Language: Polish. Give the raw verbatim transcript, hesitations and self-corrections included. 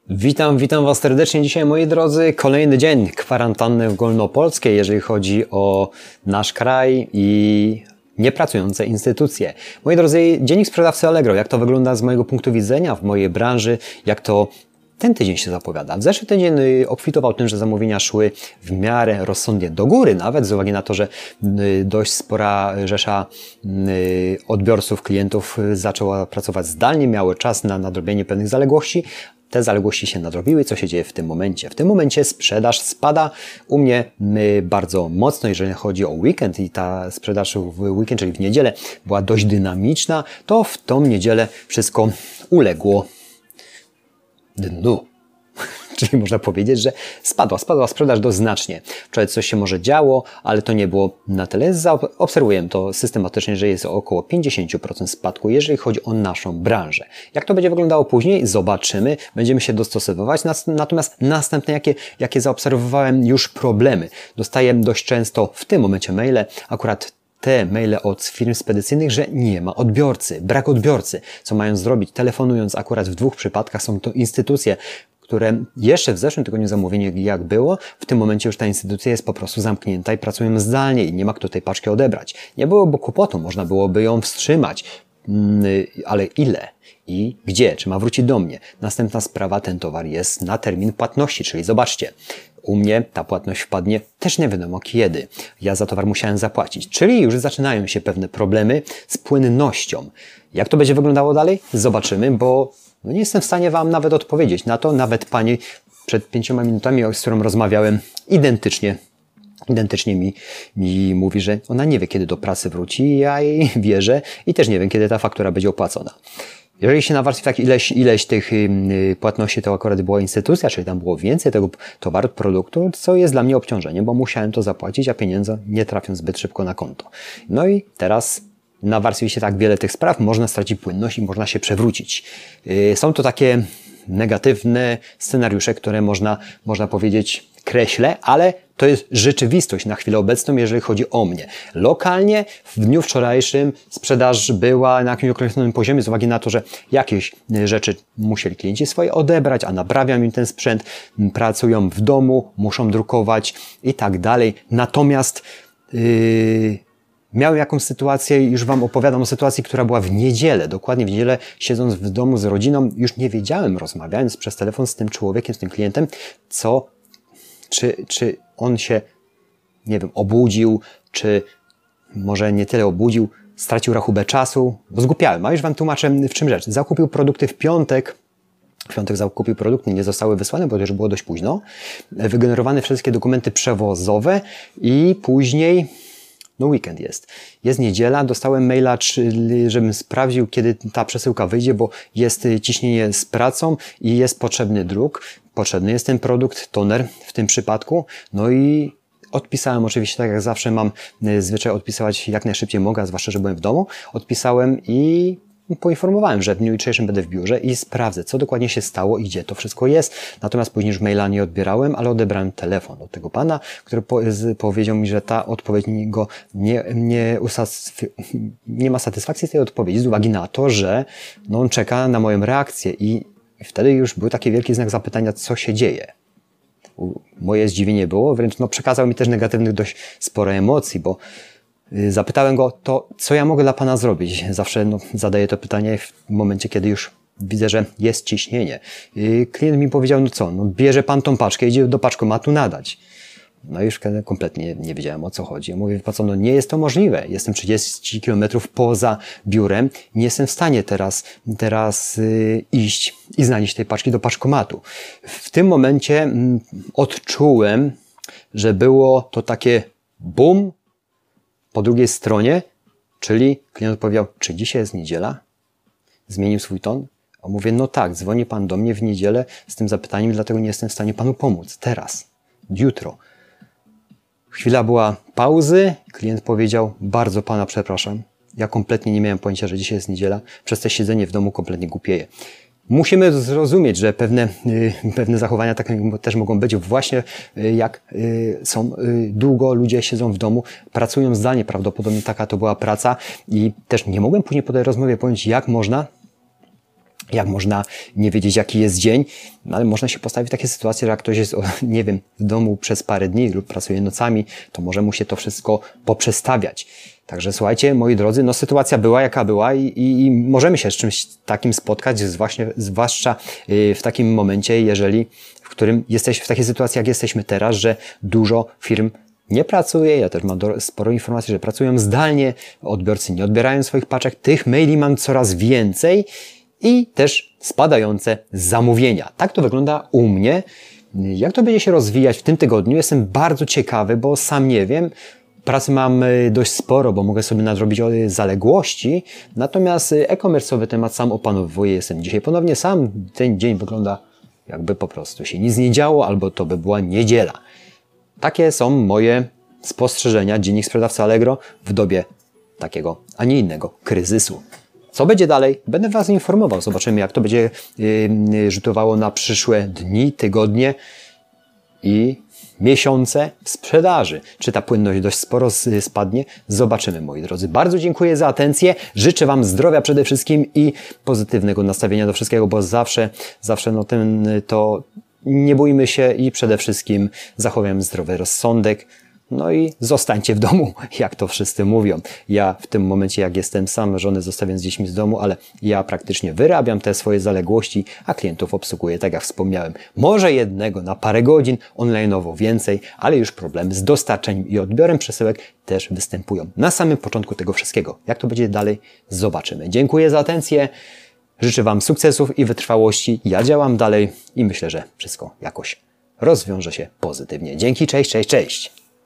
Witam, witam Was serdecznie dzisiaj, moi drodzy. Kolejny dzień kwarantanny ogólnopolskiej, jeżeli chodzi o nasz kraj i niepracujące instytucje. Moi drodzy, dziennik sprzedawcy Allegro. Jak to wygląda z mojego punktu widzenia w mojej branży? Jak to ten tydzień się zapowiada? W zeszły tydzień obfitował tym, że zamówienia szły w miarę rozsądnie do góry, nawet z uwagi na to, że dość spora rzesza odbiorców, klientów zaczęła pracować zdalnie, miały czas na nadrobienie pewnych zaległości. Te zaległości się nadrobiły. Co się dzieje w tym momencie? W tym momencie sprzedaż spada u mnie bardzo mocno, jeżeli chodzi o weekend i ta sprzedaż w weekend, czyli w niedzielę, była dość dynamiczna, to w tą niedzielę wszystko uległo dnu. Czyli można powiedzieć, że spadła, spadła sprzedaż dość znacznie. Wczoraj coś się może działo, ale to nie było na tyle. Obserwuję to systematycznie, że jest około pięćdziesiąt procent spadku, jeżeli chodzi o naszą branżę. Jak to będzie wyglądało później? Zobaczymy. Będziemy się dostosowywać. Natomiast następne, jakie, jakie zaobserwowałem już problemy. Dostaję dość często w tym momencie maile, akurat te maile od firm spedycyjnych, że nie ma odbiorcy, brak odbiorcy. Co mają zrobić? Telefonując, akurat w dwóch przypadkach są to instytucje, które jeszcze w zeszłym tygodniu zamówienie jak było, w tym momencie już ta instytucja jest po prostu zamknięta i pracują zdalnie i nie ma kto tej paczki odebrać. Nie byłoby kłopotu, można byłoby ją wstrzymać, ale ile i gdzie? Czy ma wrócić do mnie? Następna sprawa, ten towar jest na termin płatności, czyli zobaczcie, u mnie ta płatność wpadnie też nie wiadomo kiedy. Ja za towar musiałem zapłacić, czyli już zaczynają się pewne problemy z płynnością. Jak to będzie wyglądało dalej? Zobaczymy, bo no nie jestem w stanie Wam nawet odpowiedzieć na to. Nawet Pani przed pięcioma minutami, z którą rozmawiałem, identycznie, identycznie mi, mi mówi, że ona nie wie, kiedy do pracy wróci. Ja jej wierzę i też nie wiem, kiedy ta faktura będzie opłacona. Jeżeli się nawarstwi tak ileś, ileś tych płatności, to akurat była instytucja, czyli tam było więcej tego towaru, produktu, co jest dla mnie obciążeniem, bo musiałem to zapłacić, a pieniądze nie trafią zbyt szybko na konto. No i teraz nawarstwi się tak wiele tych spraw, można stracić płynność i można się przewrócić. Są to takie negatywne scenariusze, które można, można powiedzieć, kreślę, ale to jest rzeczywistość na chwilę obecną, jeżeli chodzi o mnie. Lokalnie w dniu wczorajszym sprzedaż była na jakimś określonym poziomie z uwagi na to, że jakieś rzeczy musieli klienci swoje odebrać, a naprawiam im ten sprzęt, pracują w domu, muszą drukować i tak dalej. Natomiast yy, miałem jakąś sytuację, już Wam opowiadam o sytuacji, która była w niedzielę. Dokładnie w niedzielę, siedząc w domu z rodziną, już nie wiedziałem, rozmawiając przez telefon z tym człowiekiem, z tym klientem, co, czy, czy on się, nie wiem, obudził, czy może nie tyle obudził, stracił rachubę czasu, bo zgłupiałem. A już Wam tłumaczę, w czym rzecz. Zakupił produkty w piątek, W piątek zakupił produkty, nie zostały wysłane, bo to już było dość późno. Wygenerowane wszystkie dokumenty przewozowe i później... No weekend jest. Jest niedziela, dostałem maila, żebym sprawdził, kiedy ta przesyłka wyjdzie, bo jest ciśnienie z pracą i jest potrzebny druk. Potrzebny jest ten produkt, toner w tym przypadku. No i odpisałem oczywiście, tak jak zawsze mam zwyczaj odpisywać jak najszybciej mogę, zwłaszcza, że byłem w domu. Odpisałem i poinformowałem, że w dniu jutrzejszym będę w biurze i sprawdzę, co dokładnie się stało i gdzie to wszystko jest. Natomiast później już maila nie odbierałem, ale odebrałem telefon od tego pana, który po, z, powiedział mi, że ta odpowiedź go nie, nie, usatysf- nie ma satysfakcji z tej odpowiedzi z uwagi na to, że no, on czeka na moją reakcję i wtedy już był taki wielki znak zapytania, co się dzieje. Moje zdziwienie było, wręcz no, przekazał mi też negatywnych dość sporo emocji, bo zapytałem go, to co ja mogę dla Pana zrobić? Zawsze no, zadaję to pytanie w momencie, kiedy już widzę, że jest ciśnienie. I klient mi powiedział, no co, no bierze Pan tą paczkę, idzie do paczkomatu nadać. No już kompletnie nie wiedziałem, o co chodzi. Ja mówię, co, no nie jest to możliwe. Jestem trzydzieści kilometrów poza biurem. Nie jestem w stanie teraz, teraz yy, iść i znaleźć tej paczki do paczkomatu. W tym momencie mm, odczułem, że było to takie bum, po drugiej stronie, czyli klient odpowiedział, czy dzisiaj jest niedziela? Zmienił swój ton. A mówię, no tak, dzwoni Pan do mnie w niedzielę z tym zapytaniem, dlatego nie jestem w stanie Panu pomóc. Teraz, jutro. Chwila była pauzy. Klient powiedział, bardzo Pana przepraszam. Ja kompletnie nie miałem pojęcia, że dzisiaj jest niedziela. Przez te siedzenie w domu kompletnie głupieję. Musimy zrozumieć, że pewne, pewne zachowania takie też mogą być właśnie jak są długo ludzie siedzą w domu, pracują zdalnie, prawdopodobnie taka to była praca i też nie mogłem później po tej rozmowie powiedzieć, jak można Jak można nie wiedzieć, jaki jest dzień, no ale można się postawić w takie sytuacje, że jak ktoś jest, nie wiem, w domu przez parę dni lub pracuje nocami, to może mu się to wszystko poprzestawiać. Także słuchajcie, moi drodzy, no sytuacja była jaka była i, i, i możemy się z czymś takim spotkać, właśnie, zwłaszcza w takim momencie, jeżeli, w którym jesteś w takiej sytuacji, jak jesteśmy teraz, że dużo firm nie pracuje. Ja też mam sporo informacji, że pracują zdalnie, odbiorcy nie odbierają swoich paczek, tych maili mam coraz więcej i też spadające zamówienia. Tak to wygląda u mnie. Jak to będzie się rozwijać w tym tygodniu? Jestem bardzo ciekawy, bo sam nie wiem. Pracy mam dość sporo, bo mogę sobie nadrobić zaległości, natomiast e-commerce'owy temat sam opanowuję. Jestem dzisiaj ponownie sam. Ten dzień wygląda, jakby po prostu się nic nie działo, albo to by była niedziela. Takie są moje spostrzeżenia, dziennik sprzedawcy Allegro w dobie takiego, a nie innego kryzysu. Co będzie dalej? Będę Was informował. Zobaczymy, jak to będzie yy, rzutowało na przyszłe dni, tygodnie i miesiące w sprzedaży. Czy ta płynność dość sporo spadnie? Zobaczymy, moi drodzy. Bardzo dziękuję za atencję. Życzę Wam zdrowia przede wszystkim i pozytywnego nastawienia do wszystkiego, bo zawsze, zawsze no ten, to nie bójmy się i przede wszystkim zachowajmy zdrowy rozsądek. No i zostańcie w domu, jak to wszyscy mówią. Ja w tym momencie, jak jestem sam, żonę zostawiam z dziećmi z domu, ale ja praktycznie wyrabiam te swoje zaległości, a klientów obsługuję, tak jak wspomniałem, może jednego na parę godzin, online'owo więcej, ale już problemy z dostarczeniem i odbiorem przesyłek też występują. Na samym początku tego wszystkiego. Jak to będzie dalej? Zobaczymy. Dziękuję za atencję. Życzę Wam sukcesów i wytrwałości. Ja działam dalej i myślę, że wszystko jakoś rozwiąże się pozytywnie. Dzięki, cześć, cześć, cześć.